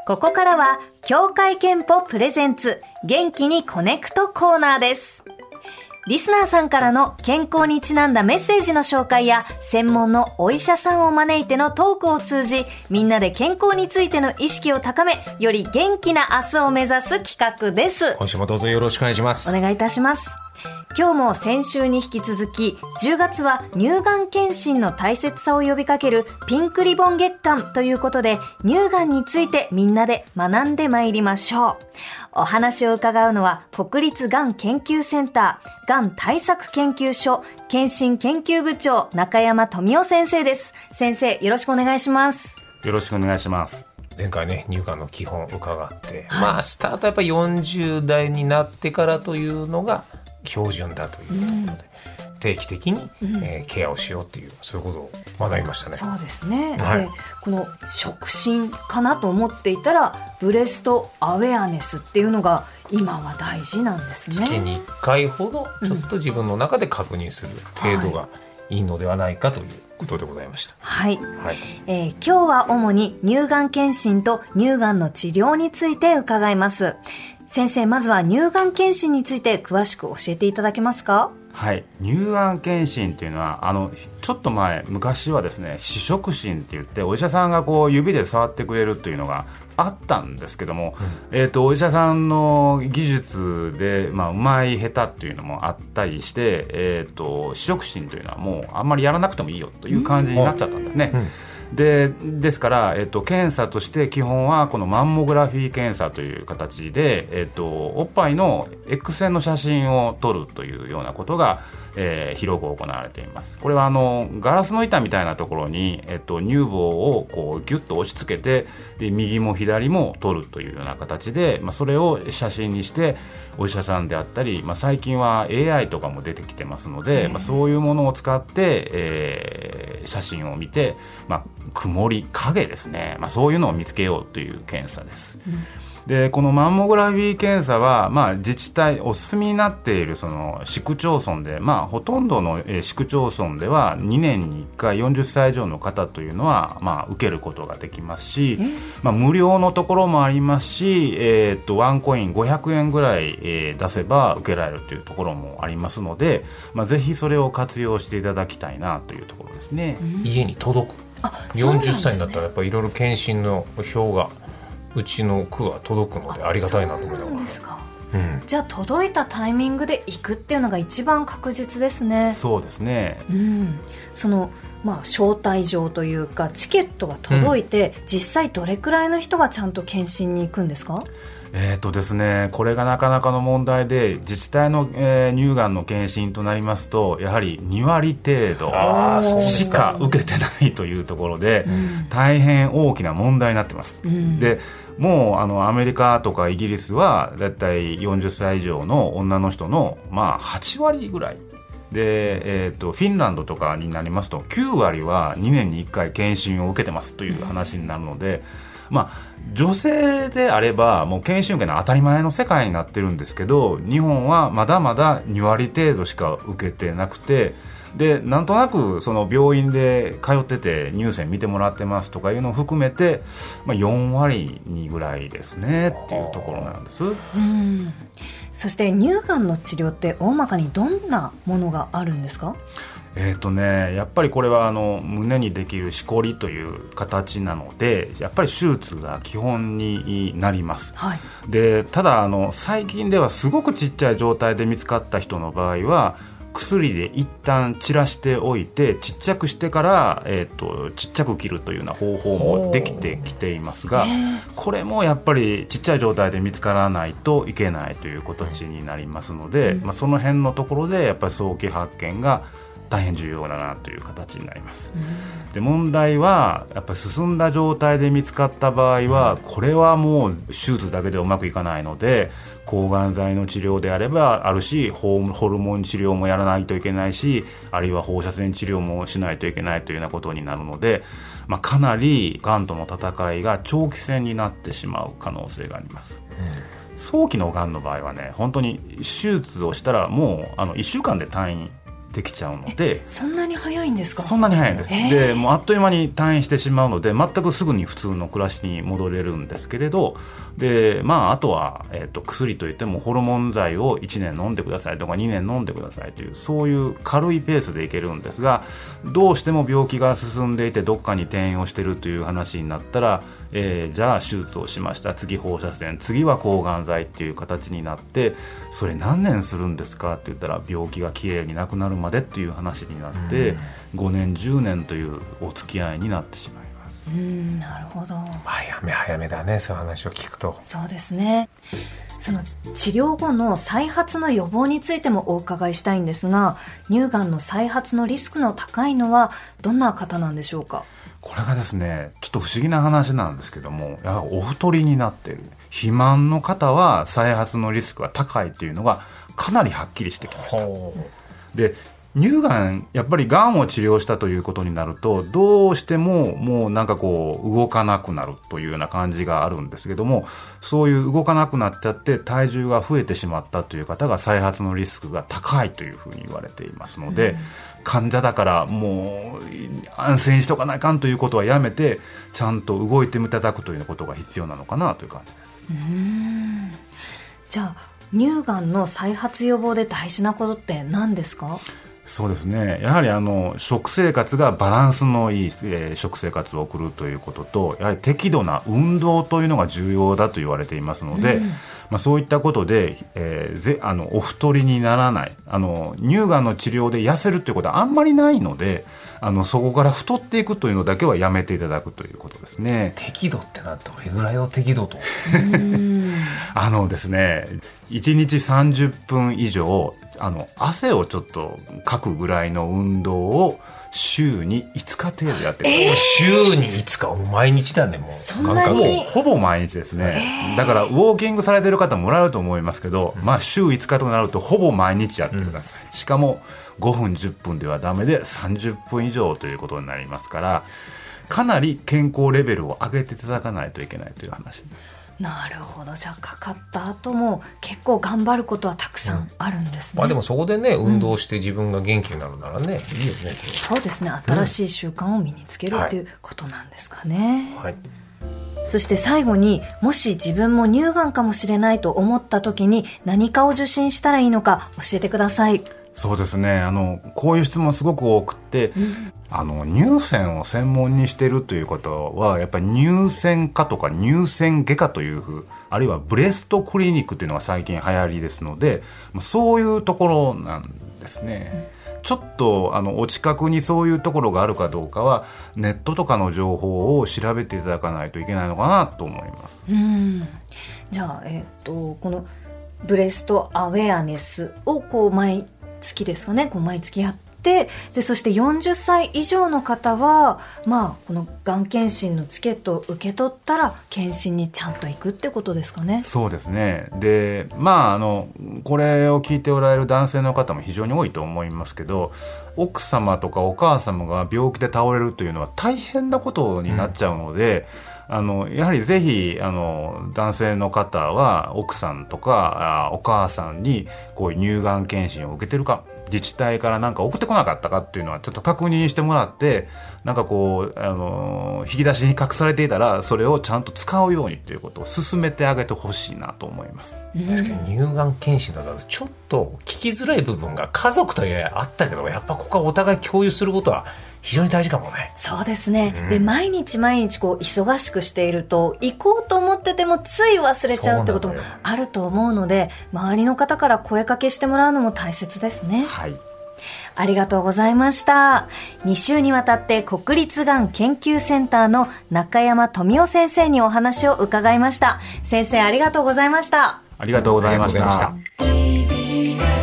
ここからは協会憲法プレゼンツ元気にコネクトコーナーです。リスナーさんからの健康にちなんだメッセージの紹介や専門のお医者さんを招いてのトークを通じ、みんなで健康についての意識を高め、より元気な明日を目指す企画です。 今週もどうぞよろしくお願いします。 お願いいたします。今日も先週に引き続き10月は乳がん検診の大切さを呼びかけるピンクリボン月間ということで、乳がんについてみんなで学んでまいりましょう。お話を伺うのは国立がん研究センターがん対策研究所検診研究部長中山富夫先生です。先生、よろしくお願いします。 よろしくお願いします。 前回ね、乳がんの基本伺って、スタートやっぱり40代になってからというのが標準だということで、定期的に、ケアをしようっていう、そういうことを学びましたね。 そうですね、 はい、 でこの触診かなと思っていたらブレストアウェアネスっていうのが今は大事なんですね。 月に1回ほどちょっと自分の中で確認する程度がいいのではないかということでございました。 はい、今日は主に乳がん検診と乳がんの治療について伺います。先生、まずは乳がん検診について詳しく教えていただけますか？ はい、乳がん検診というのはちょっと昔はですね、視触診って言ってお医者さんがこう指で触ってくれるというのがあったんですけども、お医者さんの技術で、うまい下手っていうのもあったりして、視触診というのはもうあんまりやらなくてもいいよという感じになっちゃったんですね。ですから、検査として基本はこのマンモグラフィー検査という形で、おっぱいの X 線の写真を撮るというようなことが、広く行われています。これはガラスの板みたいなところに、乳房をこうギュッと押し付けて、で右も左も撮るというような形で、それを写真にしてお医者さんであったり、最近は AI とかも出てきてますので、そういうものを使って、写真を見て、曇り影ですね、そういうのを見つけようという検査です。でこのマンモグラフィー検査は、自治体お勧めになっているその市区町村で、ほとんどの市区町村では2年に1回40歳以上の方というのは、受けることができますし、無料のところもありますし、ワンコイン500円ぐらい、出せば受けられるというところもありますので、ぜひそれを活用していただきたいなというところですね。 家に届く。40歳になったらやっぱりいろいろ検診の表がうちの区は届くのでありがたいなと思いながら。 そうなんですか。じゃあ届いたタイミングで行くっていうのが一番確実ですね。 そうですね、 その招待状というかチケットが届いて、実際どれくらいの人がちゃんと検診に行くんですか？ ですね、これがなかなかの問題で、自治体の、乳がんの検診となりますとやはり2割程度しか受けてないというところで、大変大きな問題になってます。でもうアメリカとかイギリスはだいたい40歳以上の女の人の8割ぐらいで、フィンランドとかになりますと9割は2年に1回検診を受けてますという話になるので、女性であればもう検診受けの当たり前の世界になってるんですけど、日本はまだまだ2割程度しか受けてなくて、でなんとなくその病院で通ってて乳腺見てもらってますとかいうのを含めて、4割にぐらいですねっていうところなんです。 そして乳がんの治療って大まかにどんなものがあるんですか？ やっぱりこれは胸にできるしこりという形なので、やっぱり手術が基本になります。でただ最近ではすごくちっちゃい状態で見つかった人の場合は薬で一旦散らしておいてちっちゃくしてから、ちっちゃく切るというような方法もできてきていますが、これもやっぱりちっちゃい状態で見つからないといけないという形になりますので、その辺のところでやっぱり早期発見が大変重要だなという形になります。で問題はやっぱり進んだ状態で見つかった場合は、これはもう手術だけでうまくいかないので、抗がん剤の治療であればあるし、ホルモン治療もやらないといけないし、あるいは放射線治療もしないといけないというようなことになるので、かなりがんとの戦いが長期戦になってしまう可能性があります。早期のがんの場合はね、本当に手術をしたらもう1週間で退院できちゃうので。 そんなに早いんですか？ そんなに早いんです、でもうあっという間に退院してしまうので全くすぐに普通の暮らしに戻れるんですけれど、で、あとは、薬といってもホルモン剤を1年飲んでくださいとか2年飲んでくださいというそういう軽いペースでいけるんですが、どうしても病気が進んでいてどっかに転移をしているという話になったら、じゃあ手術をしました、次放射線、次は抗がん剤っていう形になって、それ何年するんですかって言ったら病気がきれいになくなるまでっていう話になって、5年10年というお付き合いになってしまいます。 なるほど。 早めだね、そういう話を聞くと。 そうですね。その治療後の再発の予防についてもお伺いしたいんですが、乳がんの再発のリスクの高いのはどんな方なんでしょうか？ これがですね、ちょっと不思議な話なんですけども、やはりお太りになっている肥満の方は再発のリスクが高いというのがかなりはっきりしてきました。で、乳がん、やっぱりがんを治療したということになるとどうしてももうなんかこう動かなくなるというような感じがあるんですけども、そういう動かなくなっちゃって体重が増えてしまったという方が再発のリスクが高いというふうに言われていますので、患者だからもう安静にしとかないかんということはやめて、ちゃんと動いていただくということが必要なのかなという感じです。 じゃあ乳がんの再発予防で大事なことって何ですか？ そうですね、やはり食生活がバランスのいい、食生活を送るということと、やはり適度な運動というのが重要だと言われていますので、そういったことで、お太りにならない、乳がんの治療で痩せるということはあんまりないので、そこから太っていくというのだけはやめていただくということですね。 適度ってのはどれぐらいを適度とですね、1日30分以上汗をちょっとかくぐらいの運動を週に5日程度やってる、 週に5日、毎日だね。もうそんなにほぼ毎日ですね、だからウォーキングされてる方もおられると思いますけど、週5日となるとほぼ毎日やってください、しかも5分10分ではダメで30分以上ということになりますから、かなり健康レベルを上げていただかないといけないという話です。 なるほど。じゃあかかった後も結構頑張ることはたくさんあるんですね。 でもそこでね、運動して自分が元気になるならね、いいよね。 そうですね、新しい習慣を身につけるということなんですかね。そして最後に、もし自分も乳がんかもしれないと思った時に何かを受診したらいいのか教えてください。 そうですね、こういう質問すごく多くて、乳腺を専門にしているということは、やっぱり乳腺科とか乳腺外科というあるいはブレストクリニックというのが最近流行りですので、そういうところなんですね。ちょっとお近くにそういうところがあるかどうかはネットとかの情報を調べていただかないといけないのかなと思います。 じゃあ、このブレストアウェアネスを毎月ですかね、毎月やって、でそして40歳以上の方は、このがん検診のチケットを受け取ったら検診にちゃんと行くってことですかね。 そうですね。で、これを聞いておられる男性の方も非常に多いと思いますけど、奥様とかお母様が病気で倒れるというのは大変なことになっちゃうので、やはりぜひ男性の方は奥さんとかお母さんにこういう乳がん検診を受けてるか、自治体から何か送ってこなかったかっていうのはちょっと確認してもらって、引き出しに隠されていたらそれをちゃんと使うようにということを進めてあげてほしいなと思います。 確かに乳がん検診だとちょっと聞きづらい部分が家族とはいえあったけど、やっぱここはお互い共有することは非常に大事かもね。 そうですね、で毎日忙しくしていると行こうと思っててもつい忘れちゃうってこともあると思うので、周りの方から声かけしてもらうのも大切ですね。ありがとうございました。2週にわたって国立がん研究センターの中山富夫先生にお話を伺いました。先生、ありがとうございました。 ありがとうございました。